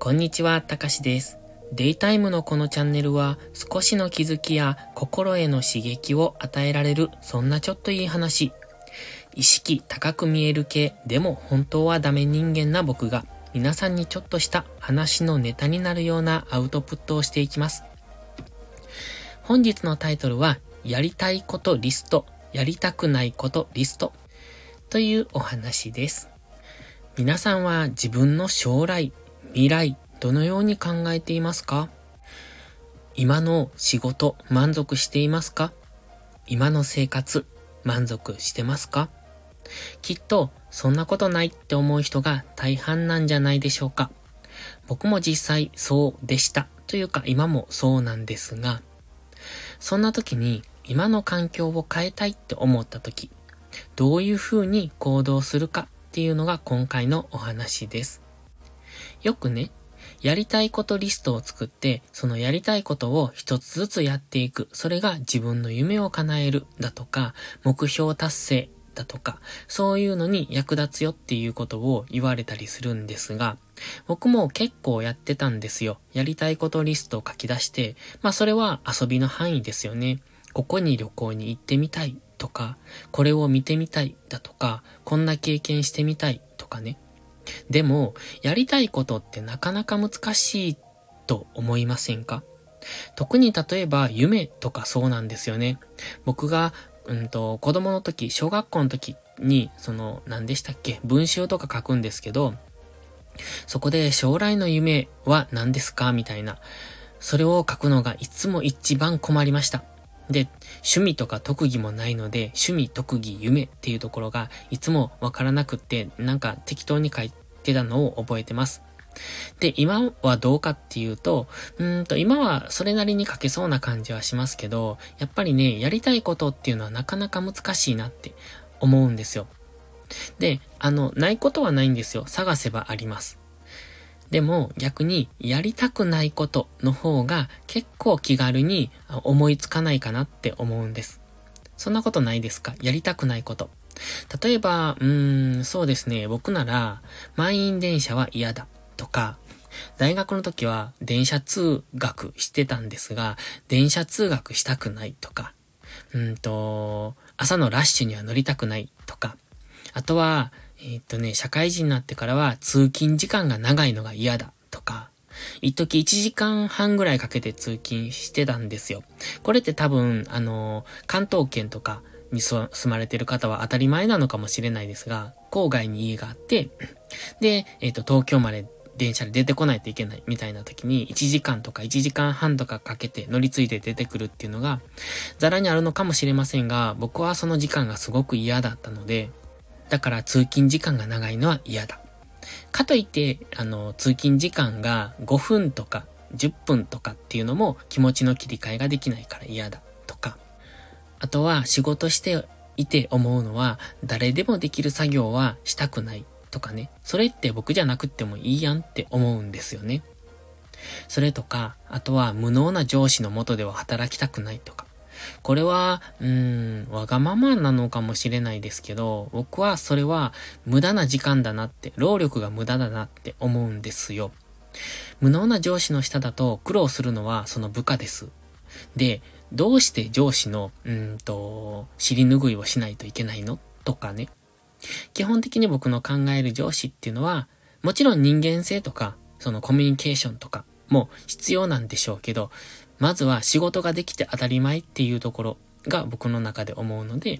こんにちは、たかしです。デイタイムのこのチャンネルは少しの気づきや心への刺激を与えられる、そんなちょっといい話。意識高く見える系でも本当はダメ人間な僕が皆さんにちょっとした話のネタになるようなアウトプットをしていきます。本日のタイトルはやりたいことリスト、やりたくないことリストというお話です。皆さんは自分の将来、未来、どのように考えていますか？今の仕事、満足していますか？今の生活、満足してますか？きっと、そんなことないって思う人が大半なんじゃないでしょうか。僕も実際そうでした。というか、今もそうなんですが、そんな時に、今の環境を変えたいって思った時、どういう風に行動するかっていうのが今回のお話です。よくね、やりたいことリストを作って、そのやりたいことを一つずつやっていく。それが自分の夢を叶えるだとか、目標達成だとか、そういうのに役立つよっていうことを言われたりするんですが、僕も結構やってたんですよ。やりたいことリストを書き出して、それは遊びの範囲ですよね。ここに旅行に行ってみたいとか、これを見てみたいだとか、こんな経験してみたいとかね。でも、やりたいことってなかなか難しいと思いませんか？特に例えば夢とかそうなんですよね。僕が、子供の時、小学校の時に、何でしたっけ？文集とか書くんですけど、そこで将来の夢は何ですか？みたいな。それを書くのがいつも一番困りました。で、趣味とか特技もないので、趣味、特技、夢っていうところがいつもわからなくって、なんか適当に書いてたのを覚えてます。で、今はどうかっていうと、今はそれなりに書けそうな感じはしますけど、やっぱりね、やりたいことっていうのはなかなか難しいなって思うんですよ。で、ないことはないんですよ。探せばあります。でも逆にやりたくないことの方が結構気軽に思いつかないかなって思うんです。そんなことないですか？やりたくないこと。例えば、そうですね。僕なら満員電車は嫌だとか、大学の時は電車通学してたんですが、電車通学したくないとか、朝のラッシュには乗りたくないとか、あとは、社会人になってからは通勤時間が長いのが嫌だとか、一時1時間半ぐらいかけて通勤してたんですよ。これって多分、関東圏とかに住まれてる方は当たり前なのかもしれないですが、郊外に家があって、で、東京まで電車で出てこないといけないみたいな時に1時間とか1時間半とかかけて乗り継いで出てくるっていうのがざらにあるのかもしれませんが、僕はその時間がすごく嫌だったので、だから通勤時間が長いのは嫌だ。かといって、通勤時間が5分とか10分とかっていうのも気持ちの切り替えができないから嫌だとか。あとは仕事していて思うのは誰でもできる作業はしたくないとかね。それって僕じゃなくってもいいやんって思うんですよね。それとか、あとは無能な上司の下では働きたくないとか。これは、わがままなのかもしれないですけど、僕はそれは無駄な時間だなって、労力が無駄だなって思うんですよ。無能な上司の下だと苦労するのはその部下です。で、どうして上司の、尻拭いをしないといけないのとかね。基本的に僕の考える上司っていうのは、もちろん人間性とか、そのコミュニケーションとかも必要なんでしょうけど、まずは仕事ができて当たり前っていうところが僕の中で思うので、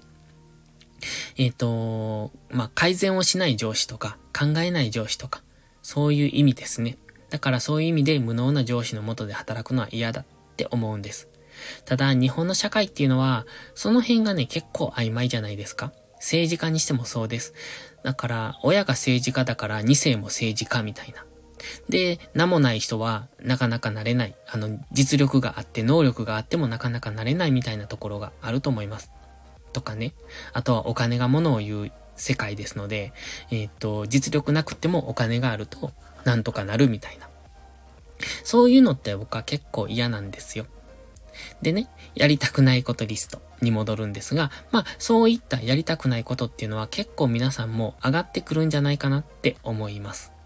改善をしない上司とか考えない上司とか、そういう意味ですね。だからそういう意味で無能な上司の下で働くのは嫌だって思うんです。ただ日本の社会っていうのは、その辺がね結構曖昧じゃないですか。政治家にしてもそうです。だから親が政治家だから2世も政治家みたいな。で、名もない人はなかなかなれない。実力があって能力があってもなかなかなれないみたいなところがあると思います。とかね。あとはお金が物を言う世界ですので、実力なくてもお金があるとなんとかなるみたいな。そういうのって僕は結構嫌なんですよ。でね、やりたくないことリストに戻るんですが、そういったやりたくないことっていうのは結構皆さんも上がってくるんじゃないかなって思います。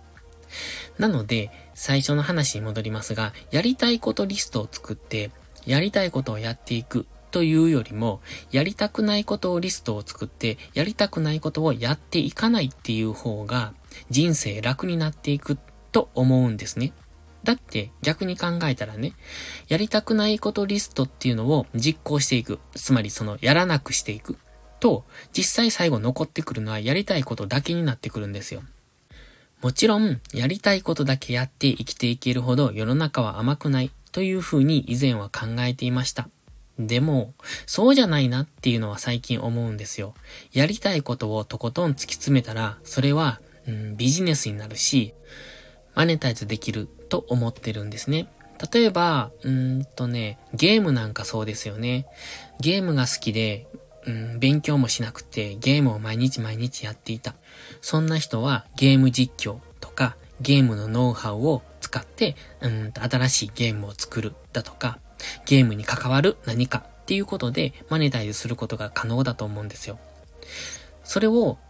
なので、最初の話に戻りますが、やりたいことリストを作って、やりたいことをやっていくというよりも、やりたくないことをリストを作って、やりたくないことをやっていかないっていう方が、人生楽になっていくと思うんですね。だって逆に考えたらね、やりたくないことリストっていうのを実行していく。つまりやらなくしていく。と、実際最後残ってくるのはやりたいことだけになってくるんですよ。もちろん、やりたいことだけやって生きていけるほど世の中は甘くないというふうに以前は考えていました。でも、そうじゃないなっていうのは最近思うんですよ。やりたいことをとことん突き詰めたら、それは、ビジネスになるし、マネタイズできると思ってるんですね。例えば、ゲームなんかそうですよね。ゲームが好きで、勉強もしなくてゲームを毎日毎日やっていた。そんな人はゲーム実況とかゲームのノウハウを使って、新しいゲームを作るだとか、ゲームに関わる何かっていうことでマネタイズすることが可能だと思うんですよ。それを、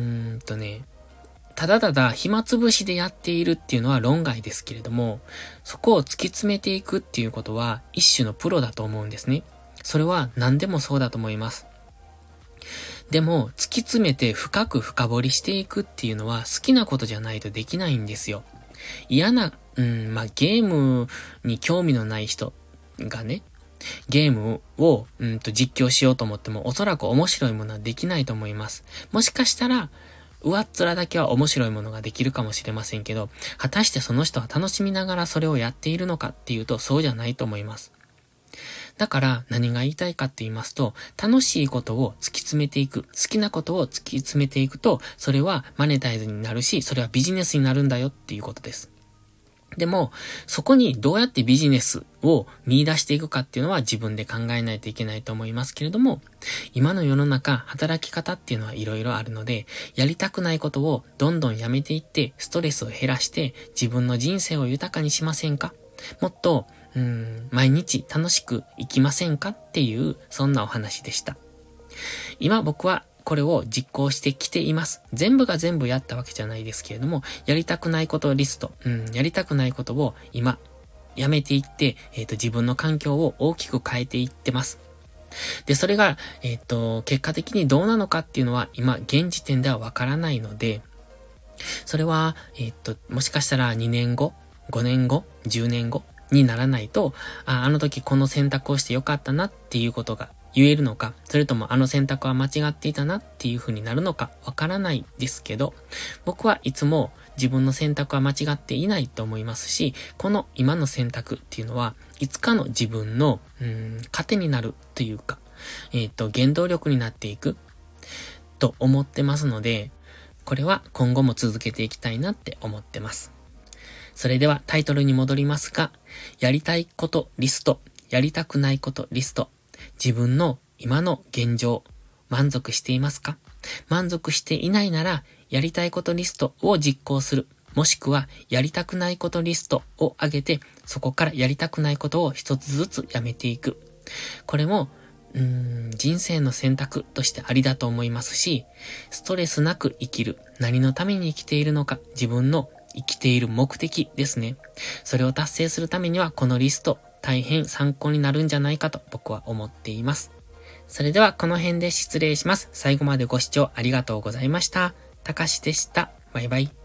ただただ暇つぶしでやっているっていうのは論外ですけれども、そこを突き詰めていくっていうことは一種のプロだと思うんですね。それは何でもそうだと思います。でも、突き詰めて深く深掘りしていくっていうのは好きなことじゃないとできないんですよ。ゲームに興味のない人がね、ゲームを、実況しようと思ってもおそらく面白いものはできないと思います。もしかしたら、上っ面だけは面白いものができるかもしれませんけど、果たしてその人は楽しみながらそれをやっているのかっていうとそうじゃないと思います。だから何が言いたいかって言いますと、楽しいことを突き詰めていく、好きなことを突き詰めていくと、それはマネタイズになるし、それはビジネスになるんだよっていうことです。でも、そこにどうやってビジネスを見出していくかっていうのは自分で考えないといけないと思いますけれども、今の世の中、働き方っていうのはいろいろあるので、やりたくないことをどんどんやめていって、ストレスを減らして、自分の人生を豊かにしませんか？もっと、毎日楽しく生きませんかっていう、そんなお話でした。今僕はこれを実行してきています。全部が全部やったわけじゃないですけれども、やりたくないことリスト、やりたくないことを今、やめていって、自分の環境を大きく変えていってます。で、それが、結果的にどうなのかっていうのは今、現時点ではわからないので、それは、もしかしたら2年後、5年後、10年後にならないと、あの時この選択をしてよかったなっていうことが言えるのか、それともあの選択は間違っていたなっていう風になるのかわからないですけど、僕はいつも自分の選択は間違っていないと思いますし、この今の選択っていうのはいつかの自分の糧になるというか、原動力になっていくと思ってますので、これは今後も続けていきたいなって思ってます。それではタイトルに戻りますが、やりたいことリスト、やりたくないことリスト、自分の今の現状、満足していますか？満足していないなら、やりたいことリストを実行する。もしくは、やりたくないことリストを上げて、そこからやりたくないことを一つずつやめていく。これも、人生の選択としてありだと思いますし、ストレスなく生きる。何のために生きているのか、自分の生きている目的ですね。それを達成するためには、このリスト、大変参考になるんじゃないかと僕は思っています。それではこの辺で失礼します。最後までご視聴ありがとうございました。たかしでした。バイバイ。